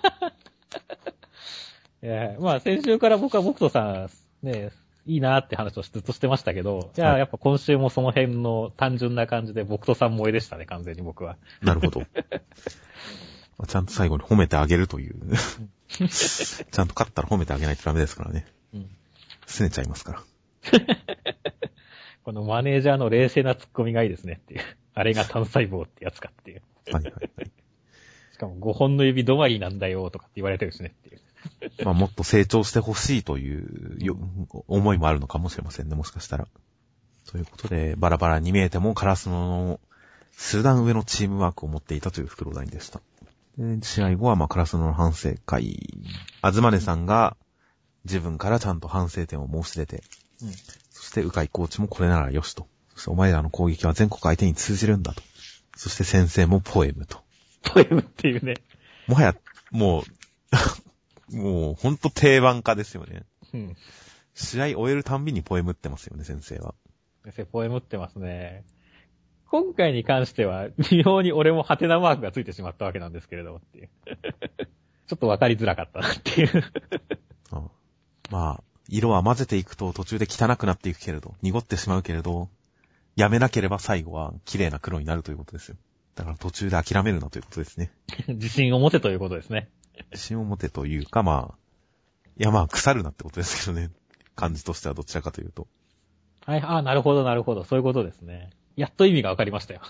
いや、まあ先週から僕はボクトさん、ね、いいなーって話をずっとしてましたけど、じゃあ、はい、やっぱ今週もその辺の単純な感じで僕とさん萌えでしたね、完全に僕は。 なるほど。ちゃんと最後に褒めてあげるという。ちゃんと勝ったら褒めてあげないとダメですからね。うん。拗ねちゃいますから。 このマネージャーの冷静なツッコミがいいですねっていう。あれが単細胞ってやつかっていう。はいはいはい。しかもごほんの指止まりなんだよとかって言われてるしねっていう。 まあもっと成長してほしいというよ、うん、思いもあるのかもしれませんね、もしかしたら。ということで、バラバラに見えてもカラスの数段上のチームワークを持っていたというフクロウダニでした。で試合後はまあカラスの反省会。あずまねさんが自分からちゃんと反省点を申し出て、うん、そして鵜飼コーチもこれならよしと。そしてお前らの攻撃は全国相手に通じるんだと。そして先生もポエムと。 ポエムっていうね。 もはや、もう、もうほんと定番化ですよね。うん。試合終えるたんびにポエムってますよね、先生は。 先生ポエムってますね。今回に関しては、微妙に俺もハテナマークがついてしまったわけなんですけれどもっていう。ちょっとわかりづらかったなっていうああ。まあ、色は混ぜていくと途中で汚くなっていくけれど、濁ってしまうけれど、やめなければ最後は綺麗な黒になるということですよ。だから途中で諦めるなということですね。 自信を持てということですね。 自信を持てというか、まあ、いやまあ腐るなってことですけどね。感じとしてはどちらかというと。 はい、ああ、なるほどなるほど。そういうことですね。やっと意味がわかりましたよ。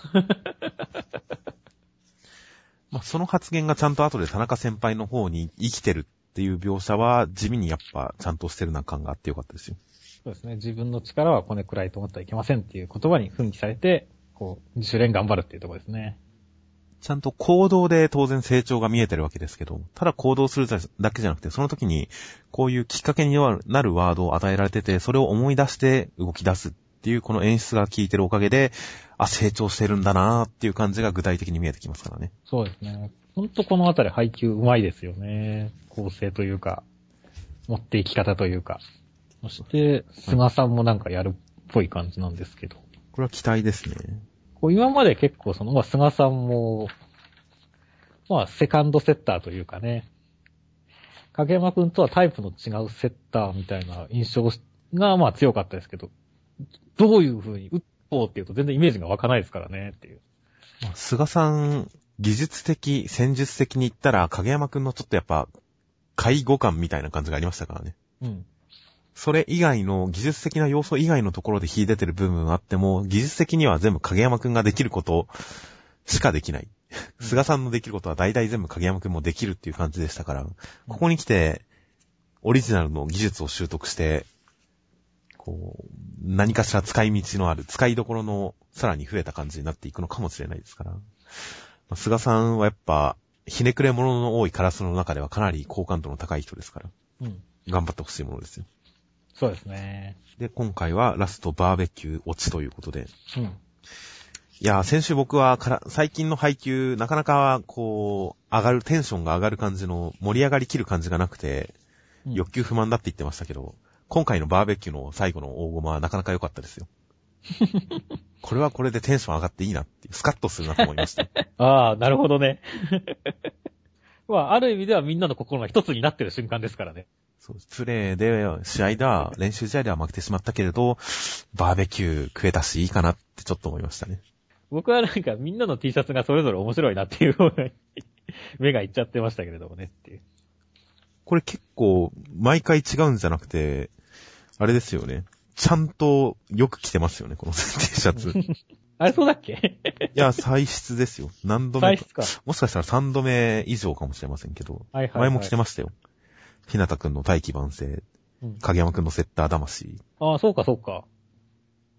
まあその発言がちゃんと後で田中先輩の方に生きてるっていう描写は地味にやっぱちゃんとしてるな感があってよかったですよ。 そうですね。自分の力はこれくらいと思ってはいけませんっていう言葉に奮起されて、こう、自主練頑張るっていうところですね。 ちゃんと行動で当然成長が見えてるわけですけど、ただ行動するだけじゃなくて、その時にこういうきっかけになるワードを与えられてて、それを思い出して動き出すっていうこの演出が効いてるおかげで、あ、成長してるんだなーっていう感じが具体的に見えてきますからね。 そうですね。ほんとこのあたり配球うまいですよね。構成というか、持っていき方というか。そして、菅さんもなんかやるっぽい感じなんですけど。 これは期待ですね。 こう今まで結構その、まあ、菅さんも、まあ、セカンドセッターというかね、影山くんとはタイプの違うセッターみたいな印象が、まあ強かったですけど、どういう風に打っこうっていうと全然イメージが湧かないですからね、っていう。 まあ、菅さん、技術的、戦術的に言ったら、影山くんのちょっとやっぱ、介護感みたいな感じがありましたからね。うん。それ以外の、技術的な要素以外のところで秀でてる部分があっても、技術的には全部影山くんができることしかできない。うん、菅さんのできることは大体全部影山くんもできるっていう感じでしたから、ここに来て、オリジナルの技術を習得して、こう、何かしら使い道のある、使いどころのさらに増えた感じになっていくのかもしれないですから。まあ、菅さんはやっぱ、ひねくれ者の多いカラスの中ではかなり好感度の高い人ですから。うん。頑張ってほしいものですよ。 そうですね。 で、今回はラストバーベキュー落ちということで。うん。いや、先週僕はから、最近の配給、なかなかこう、上がる、テンションが上がる感じの、盛り上がりきる感じがなくて、うん、欲求不満だって言ってましたけど、今回のバーベキューの最後の大駒はなかなか良かったですよ。これはこれでテンション上がっていいなっていう、スカッとするなと思いました。 ああ、なるほどね。まあ、ある意味ではみんなの心が一つになってる瞬間ですからね。 そうです。プレーで、試合では、練習試合では負けてしまったけれど、バーベキュー食えたしいいかなってちょっと思いましたね。 僕はなんかみんなの T シャツがそれぞれ面白いなっていう目がいっちゃってましたけれどもねっていう。 これ結構、毎回違うんじゃなくて、あれですよね。ちゃんとよく着てますよね、この T シャツ。 あれそうだっけ？ いや、再出ですよ。何度目。 再出か。 もしかしたらさんどめ以上かもしれませんけど、 はいはいはい、 前も着てましたよ。ひなたくんの大器晩成、うん、影山くんのセッター魂。 ああ、そうかそうか。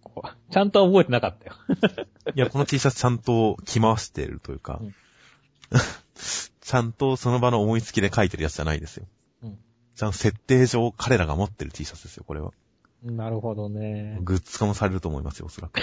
ちゃんと覚えてなかったよ。 いや、この T シャツちゃんと着回してるというか、うん、ちゃんとその場の思いつきで書いてるやつじゃないですよ。うん、ちゃんと設定上彼らが持ってる T シャツですよ、これは。 なるほどね。 グッズ化もされると思いますよ、おそらく。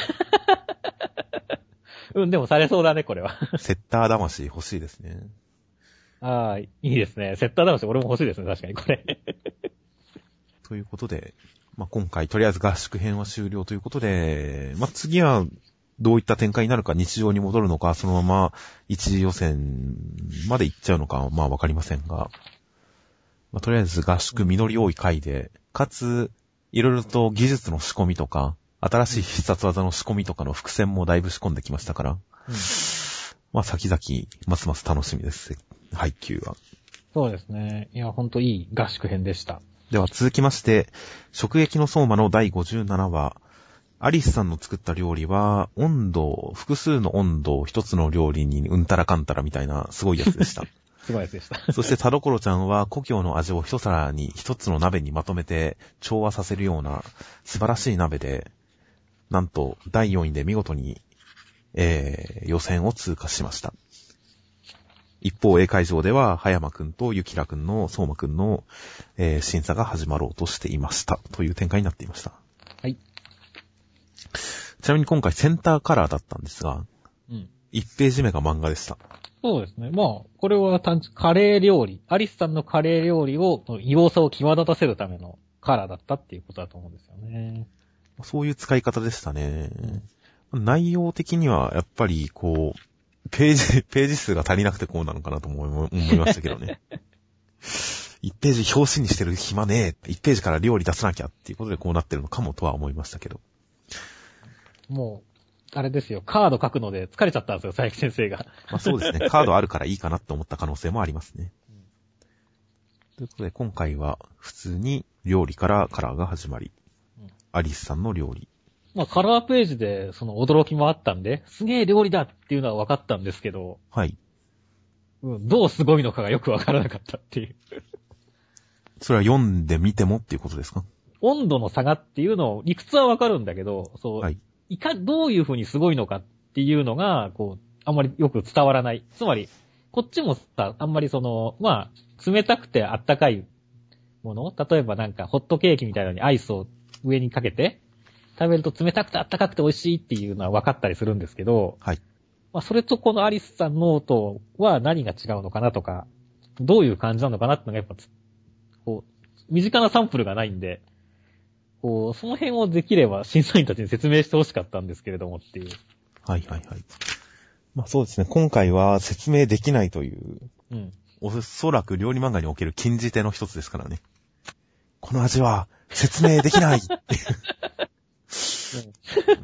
うん、でもされそうだね、これは。 セッター魂欲しいですね。 ああ、いいですね。セッター魂俺も欲しいですね、確かにこれ。 ということで、まあ、今回とりあえず合宿編は終了ということで、まあ、次はどういった展開になるか、日常に戻るのか、そのまま一次予選まで行っちゃうのか、まあわかりませんが、まあ、とりあえず合宿実り多い回で、かつ、いろいろと技術の仕込みとか、新しい必殺技の仕込みとかの伏線もだいぶ仕込んできましたから、うん、まあ先々、ますます楽しみです、配給は。 そうですね。いや、ほんといい合宿編でした。 では続きまして、食撃の相馬のだいごじゅうななわ、アリスさんの作った料理は、温度、複数の温度を一つの料理にうんたらかんたらみたいなすごいやつでした。 すごいやつでした。 そして田所ちゃんは故郷の味を一皿に一つの鍋にまとめて調和させるような素晴らしい鍋で、なんとだいよんいで見事に、えー、予選を通過しました。一方 A 会場では葉山くんとゆきらくんの相馬くんの、えー、審査が始まろうとしていましたという展開になっていました。 はい。 ちなみに今回センターカラーだったんですが、うん、いちページ目が漫画でした。 そうですね。まあ、これは単純、カレー料理。アリスさんのカレー料理を、異様さを際立たせるためのカラーだったっていうことだと思うんですよね。 そういう使い方でしたね。うん、内容的には、やっぱり、こう、ページ、ページ数が足りなくてこうなのかなと思い、思いましたけどね。いちページ表紙にしてる暇ねえって、いちページから料理出さなきゃっていうことでこうなってるのかもとは思いましたけど。 もう、あれですよ、カード書くので疲れちゃったんですよ、佐伯先生が。 まあそうですね、カードあるからいいかなって思った可能性もありますね。うん、ということで、今回は普通に料理からカラーが始まり、うん、アリスさんの料理。 まあカラーページでその驚きもあったんで、すげえ料理だっていうのは分かったんですけど、 はい。 うん、どうすごいのかがよく分からなかったっていう。 それは読んでみてもっていうことですか？ 温度の差がっていうのを、理屈は分かるんだけど、そう、はい、いか、どういう風にすごいのかっていうのが、こう、あんまりよく伝わらない。つまり、こっちもさ、あんまりその、まあ、冷たくてあったかいもの、例えばなんかホットケーキみたいなのにアイスを上にかけて、食べると冷たくてあったかくて美味しいっていうのは分かったりするんですけど、 はい。 まあ、それとこのアリスさんのとは何が違うのかなとか、どういう感じなのかなってのがやっぱ、こう、身近なサンプルがないんで、こう、その辺をできれば審査員たちに説明してほしかったんですけれどもっていう。 はいはいはい。まあそうですね、今回は説明できないという、うん、おそらく料理漫画における禁じ手の一つですからね。この味は説明できないっていう。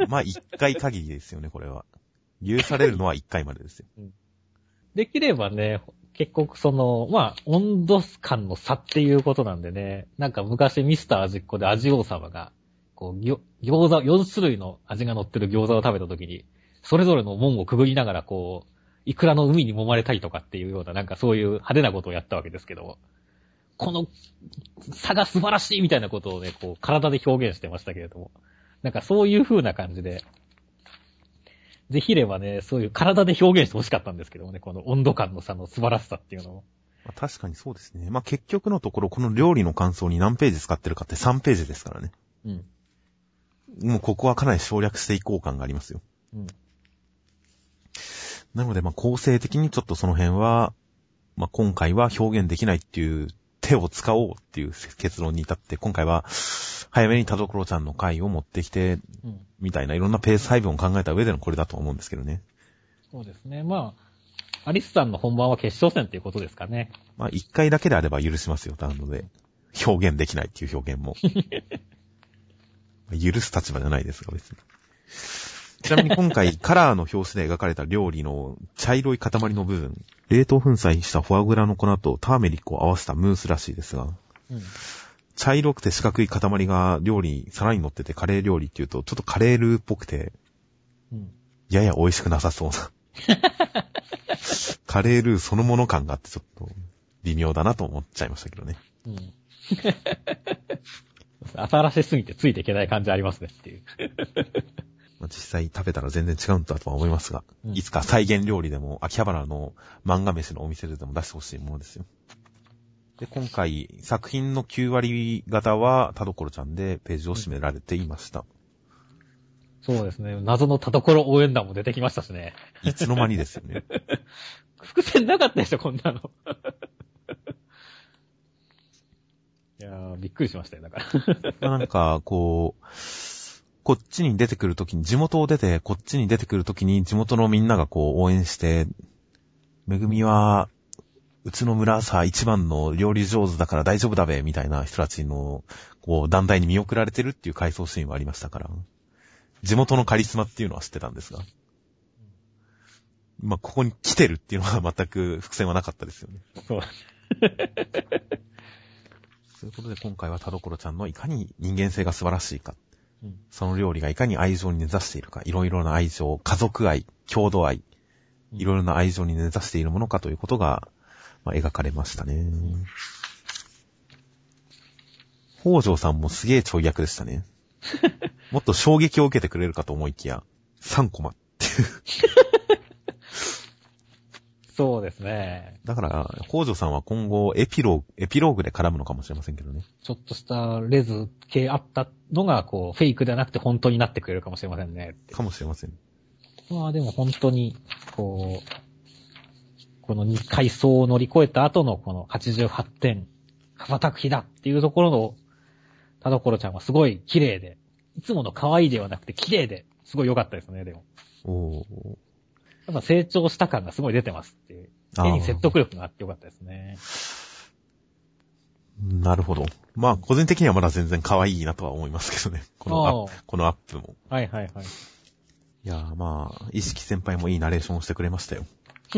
まあ一回限りですよね、これは。許されるのは一回までですよ。うん、 できればね、結局その、まあ、温度感の差っていうことなんでね、なんか昔ミスター味っ子で味王様が、こう、餃子、よん種類の味が乗ってる餃子を食べた時に、それぞれの門をくぐりながらこう、イクラの海に揉まれたりとかっていうような、なんかそういう派手なことをやったわけですけど、この差が素晴らしいみたいなことをね、こう、体で表現してましたけれども、なんかそういう風な感じで、できればね、そういう体で表現してほしかったんですけどもね、この温度感の差の素晴らしさっていうのを。 まあ、確かにそうですね。まあ結局のところ、この料理の感想に何ページ使ってるかってさんページですからね。うん。もうここはかなり省略していこう感がありますよ。うん。なのでまあ構成的にちょっとその辺は、まあ今回は表現できないっていう手を使おうっていう結論に至って、今回は早めに田所ちゃんの回を持ってきて、うん、みたいないろんなペース配分を考えた上でのこれだと思うんですけどね。 そうですね。まあ、アリスさんの本番は決勝戦っていうことですかね。 まあ一回だけであれば許しますよ。なので、表現できないっていう表現も。許す立場じゃないですが別に。ちなみに今回カラーの表紙で描かれた料理の茶色い塊の部分、冷凍粉砕したフォアグラの粉とターメリックを合わせたムースらしいですが、うん、茶色くて四角い塊が料理にさらに乗っててカレー料理っていうとちょっとカレールーっぽくて、うん、やや美味しくなさそうなカレールーそのもの感があってちょっと微妙だなと思っちゃいましたけどね。うん新しすぎてついていけない感じありますねっていう。 まあ、実際食べたら全然違うんだとは思いますが、 うん、 いつか再現料理でも、秋葉原の漫画飯のお店ででも出してほしいものですよ。で、今回、作品のきゅう割方は田所ちゃんでページを占められていました。 うん、そうですね。謎の田所応援団も出てきましたしね。 いつの間にですよね。 伏線なかったでしょ、こんなの。いやー、びっくりしましたよ、だから。 なんか、こう、こっちに出てくるときに、地元を出て、こっちに出てくるときに、地元のみんながこう応援して、めぐみは、うちの村さ、一番の料理上手だから大丈夫だべ、みたいな人たちの、こう、団体に見送られてるっていう回想シーンはありましたから、地元のカリスマっていうのは知ってたんですが、まあ、ここに来てるっていうのは全く伏線はなかったですよね。 そう。 ということで、今回は田所ちゃんのいかに人間性が素晴らしいか、 うん、 その料理がいかに愛情に根ざしているか、いろいろな愛情、家族愛、郷土愛、いろいろな愛情に根ざしているものかということが、まあ、描かれましたね。うん、北条さんもすげえちょい役でしたね。もっと衝撃を受けてくれるかと思いきや、さんコマっていう。 そうですね。 だから、北条さんは今後エピローグ、エピローグで絡むのかもしれませんけどね。 ちょっとしたレズ系あったのが、こう、フェイクではなくて本当になってくれるかもしれませんね。 かもしれません。 まあでも本当に、こう、このに階層を乗り越えた後のこのはちじゅうはってん、羽ばたく日だっていうところの、田所ちゃんはすごい綺麗で、いつもの可愛いではなくて綺麗で、すごい良かったですね、でも。 おー。 やっぱ成長した感がすごい出てますっていう。絵に説得力があって良かったですね。 なるほど。まあ、個人的にはまだ全然可愛いなとは思いますけどね。このアップ、このアップも。 はいはいはい。 いやーまあ、意識先輩もいいナレーションをしてくれましたよ。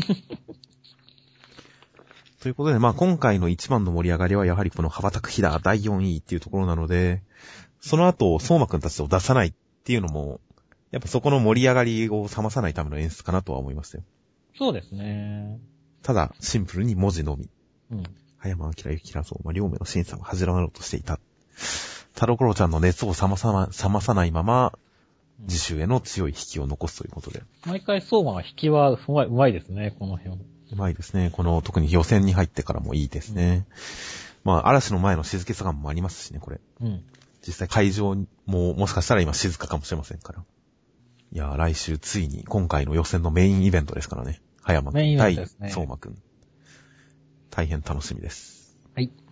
ということで、まあ今回の一番の盛り上がりはやはりこの羽ばたく日だだいよんいっていうところなので、その後、相馬くんたちを出さないっていうのも、やっぱそこの盛り上がりを冷まさないための演出かなとは思いましたよ。 そうですね。ただ、シンプルに文字のみ。 うん。 葉山明、雪平相馬、両名の審査を恥じらわろうとしていた。田所ちゃんの熱を冷まさな、冷まさないまま、次週への強い引きを残すということで。 毎回相馬は引きはうまい、うまいですね、この辺。 うまいですね。この、特に予選に入ってからもいいですね。うん、まあ、嵐の前の静けさ感もありますしね、これ。 うん。 実際会場ももしかしたら今静かかもしれませんから。いや、来週ついに今回の予選のメインイベントですからね。葉山くん対相馬くん。大変楽しみです。 はい。